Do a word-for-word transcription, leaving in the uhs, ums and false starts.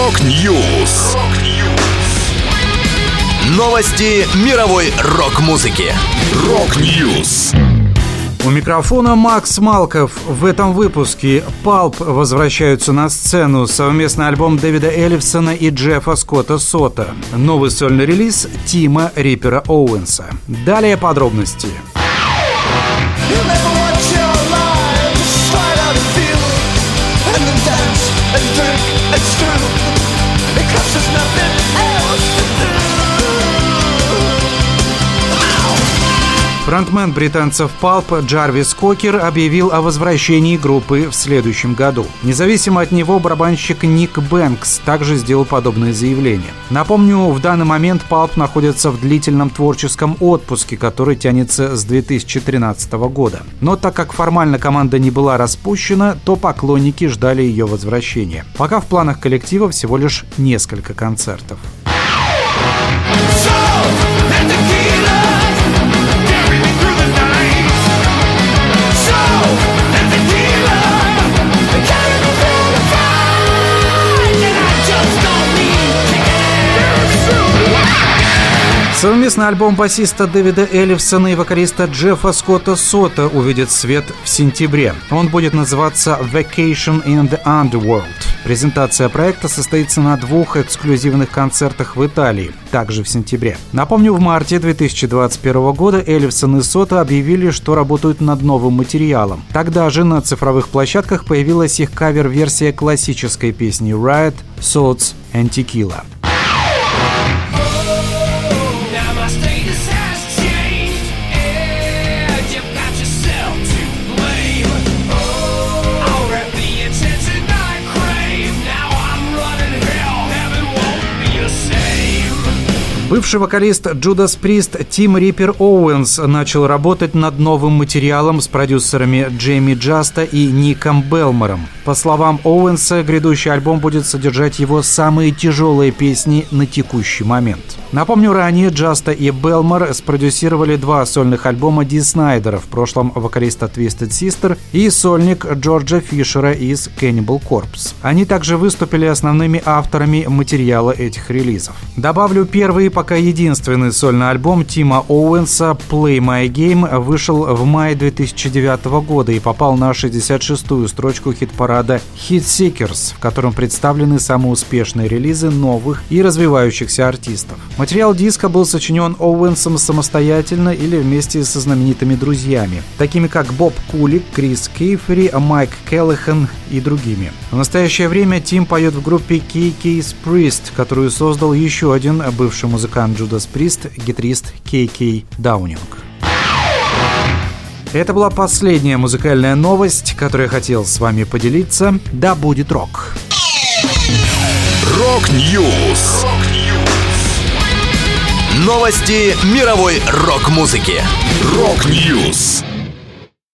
Рок-Ньюс. Новости мировой рок-музыки. Рок-Ньюс. У микрофона Макс Малков. В этом выпуске Pulp возвращаются на сцену. Совместный альбом Дэвида Эллифсона и Джеффа Скотта Сота. Новый сольный релиз Тима Риппера Оуэнса. Далее подробности. Фронтмен британцев Pulp Джарвис Кокер объявил о возвращении группы в следующем году. Независимо от него, барабанщик Ник Бэнкс также сделал подобное заявление. Напомню, в данный момент Pulp находится в длительном творческом отпуске, который тянется с две тысячи тринадцатого года. Но так как формально команда не была распущена, то поклонники ждали ее возвращения. Пока в планах коллектива всего лишь несколько концертов. Совместный альбом басиста Дэвида Эллифсона и вокалиста Джеффа Скотта Сота увидит свет в сентябре. Он будет называться «Vacation in the Underworld». Презентация проекта состоится на двух эксклюзивных концертах в Италии, также в сентябре. Напомню, в марте две тысячи двадцать первого года Эллифсон и Сота объявили, что работают над новым материалом. Тогда же на цифровых площадках появилась их кавер-версия классической песни «Riot», «Swords and Tequila». Бывший вокалист Judas Priest Тим Риппер Оуэнс начал работать над новым материалом с продюсерами Джейми Джаста и Ником Белмором. По словам Оуэнса, грядущий альбом будет содержать его самые тяжелые песни на текущий момент. Напомню, ранее Джаста и Белмор спродюсировали два сольных альбома Ди Снайдера, в прошлом вокалиста Twisted Sister, и сольник Джорджа Фишера из Cannibal Corpse. Они также выступили основными авторами материала этих релизов. Добавлю, первый пока единственный сольный альбом Тима Оуэнса «Play My Game» вышел в мае две тысячи девятого года и попал на шестьдесят шестую строчку хит-парада Hit Seekers, в котором представлены самые успешные релизы новых и развивающихся артистов. Материал диска был сочинен Оуэнсом самостоятельно или вместе со знаменитыми друзьями, такими как Боб Кулик, Крис Кейфери, Майк Келлихан и другими. В настоящее время Тим поет в группе кей кей's Priest, которую создал еще один бывший музыкант Judas Priest, гитарист кей кей Даунинг. Это была последняя музыкальная новость, которую я хотел с вами поделиться. Да будет рок! Рок-Ньюс. Новости мировой рок-музыки. Рок-Ньюс.